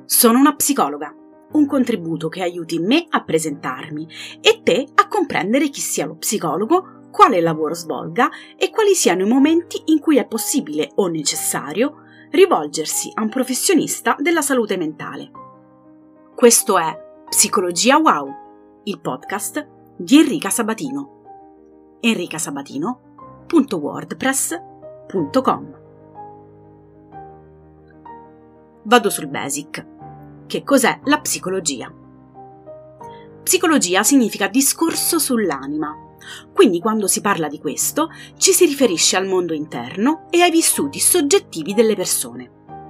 Sono una psicologa, un contributo che aiuti me a presentarmi e te a comprendere chi sia lo psicologo, quale lavoro svolga e quali siano i momenti in cui è possibile o necessario rivolgersi a un professionista della salute mentale. Questo è Psicologia Wow, il podcast di Enrica Sabatino. enricasabatino.wordpress.com. Vado sul basic. Che cos'è la psicologia? Psicologia significa discorso sull'anima, quindi quando si parla di questo ci si riferisce al mondo interno e ai vissuti soggettivi delle persone.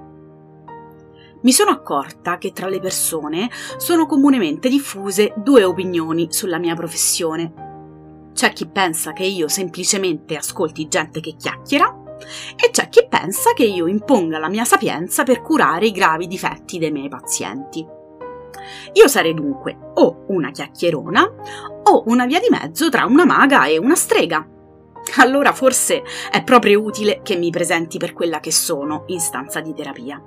Mi sono accorta che tra le persone sono comunemente diffuse due opinioni sulla mia professione. C'è chi pensa che io semplicemente ascolti gente che chiacchiera e c'è chi pensa che io imponga la mia sapienza per curare i gravi difetti dei miei pazienti. Io sarei dunque o una chiacchierona o una via di mezzo tra una maga e una strega. Allora forse è proprio utile che mi presenti per quella che sono in stanza di terapia.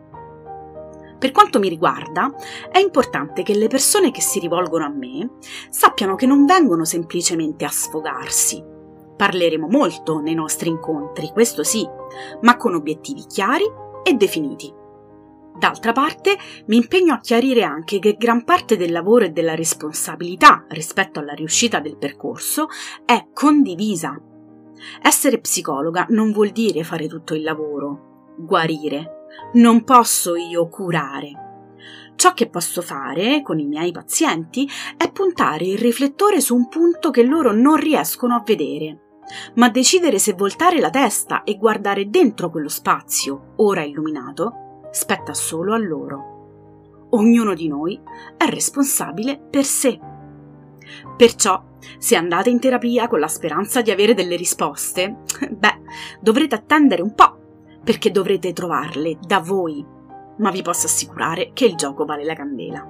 Per quanto mi riguarda, è importante che le persone che si rivolgono a me sappiano che non vengono semplicemente a sfogarsi. Parleremo molto nei nostri incontri, questo sì, ma con obiettivi chiari e definiti. D'altra parte, mi impegno a chiarire anche che gran parte del lavoro e della responsabilità rispetto alla riuscita del percorso è condivisa. Essere psicologa non vuol dire fare tutto il lavoro, guarire. Non posso io curare. Ciò che posso fare con i miei pazienti è puntare il riflettore su un punto che loro non riescono a vedere, ma decidere se voltare la testa e guardare dentro quello spazio, ora illuminato, spetta solo a loro. Ognuno di noi è responsabile per sé. Perciò, se andate in terapia con la speranza di avere delle risposte, dovrete attendere un po', perché dovrete trovarle da voi, ma vi posso assicurare che il gioco vale la candela.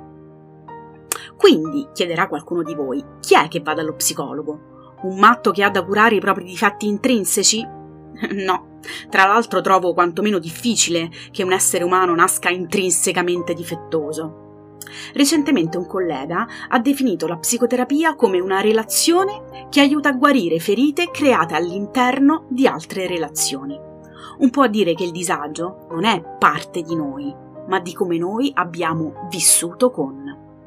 Quindi, chiederà qualcuno di voi, chi è che va dallo psicologo? Un matto che ha da curare i propri difetti intrinseci? No, tra l'altro trovo quantomeno difficile che un essere umano nasca intrinsecamente difettoso. Recentemente un collega ha definito la psicoterapia come una relazione che aiuta a guarire ferite create all'interno di altre relazioni. Un po' a dire che il disagio non è parte di noi, ma di come noi abbiamo vissuto con.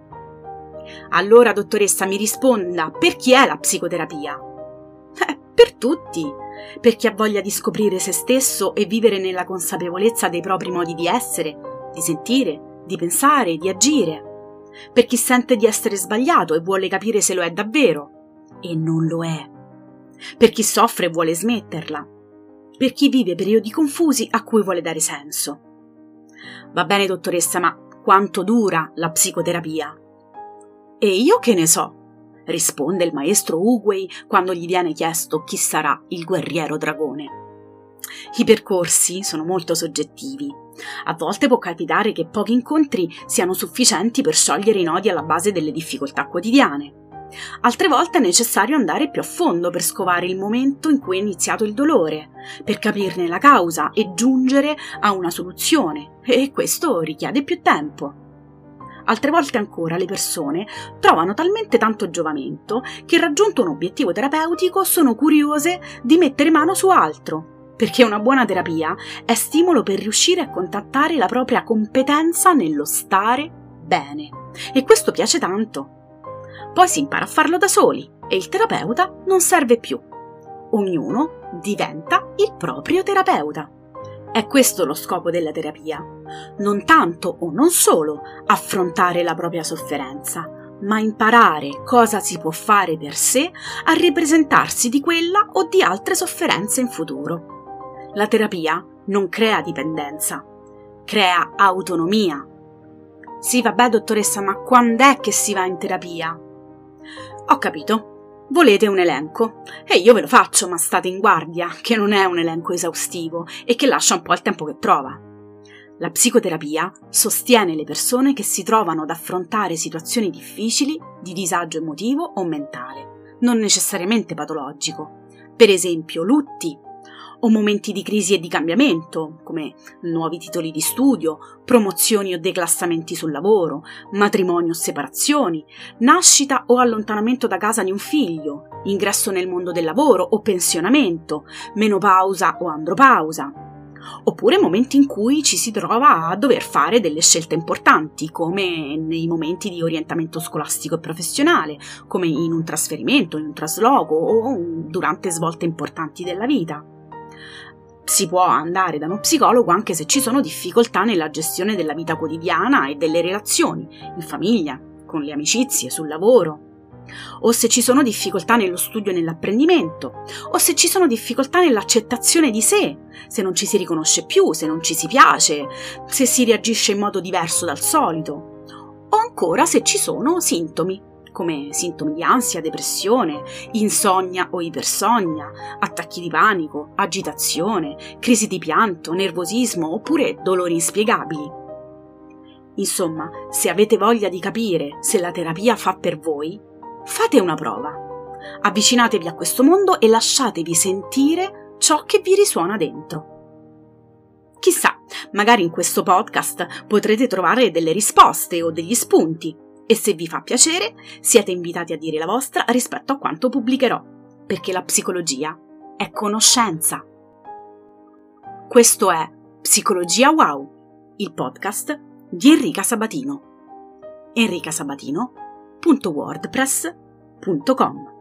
Allora, dottoressa, mi risponda, per chi è la psicoterapia? Per tutti, per chi ha voglia di scoprire se stesso e vivere nella consapevolezza dei propri modi di essere, di sentire, di pensare, di agire. Per chi sente di essere sbagliato e vuole capire se lo è davvero, e non lo è. Per chi soffre e vuole smetterla. Per chi vive periodi confusi a cui vuole dare senso. Va bene, dottoressa, ma quanto dura la psicoterapia? E io che ne so? Risponde il maestro Uguay quando gli viene chiesto chi sarà il guerriero dragone. I percorsi sono molto soggettivi. A volte può capitare che pochi incontri siano sufficienti per sciogliere i nodi alla base delle difficoltà quotidiane. Altre volte è necessario andare più a fondo per scovare il momento in cui è iniziato il dolore, per capirne la causa e giungere a una soluzione, e questo richiede più tempo. Altre volte ancora le persone trovano talmente tanto giovamento che, raggiunto un obiettivo terapeutico, sono curiose di mettere mano su altro, perché una buona terapia è stimolo per riuscire a contattare la propria competenza nello stare bene, e questo piace tanto. Poi si impara a farlo da soli e il terapeuta non serve più. Ognuno diventa il proprio terapeuta. È questo lo scopo della terapia. Non tanto o non solo affrontare la propria sofferenza, ma imparare cosa si può fare per sé a ripresentarsi di quella o di altre sofferenze in futuro. La terapia non crea dipendenza, crea autonomia. Sì, vabbè, dottoressa, ma quando è che si va in terapia? Ho capito, volete un elenco e io ve lo faccio, ma state in guardia che non è un elenco esaustivo e che lascia un po' il tempo che trova. La psicoterapia sostiene le persone che si trovano ad affrontare situazioni difficili di disagio emotivo o mentale, non necessariamente patologico, per esempio lutti o momenti di crisi e di cambiamento, come nuovi titoli di studio, promozioni o declassamenti sul lavoro, matrimoni o separazioni, nascita o allontanamento da casa di un figlio, ingresso nel mondo del lavoro o pensionamento, menopausa o andropausa. Oppure momenti in cui ci si trova a dover fare delle scelte importanti, come nei momenti di orientamento scolastico e professionale, come in un trasferimento, in un trasloco o durante svolte importanti della vita. Si può andare da uno psicologo anche se ci sono difficoltà nella gestione della vita quotidiana e delle relazioni, in famiglia, con le amicizie, sul lavoro, o se ci sono difficoltà nello studio e nell'apprendimento, o se ci sono difficoltà nell'accettazione di sé, se non ci si riconosce più, se non ci si piace, se si reagisce in modo diverso dal solito, o ancora se ci sono sintomi, come sintomi di ansia, depressione, insonnia o ipersonnia, attacchi di panico, agitazione, crisi di pianto, nervosismo oppure dolori inspiegabili. Insomma, se avete voglia di capire se la terapia fa per voi, fate una prova. Avvicinatevi a questo mondo e lasciatevi sentire ciò che vi risuona dentro. Chissà, magari in questo podcast potrete trovare delle risposte o degli spunti. E se vi fa piacere, siete invitati a dire la vostra rispetto a quanto pubblicherò, perché la psicologia è conoscenza. Questo è Psicologia Wow, il podcast di Enrica Sabatino. enricasabatino.wordpress.com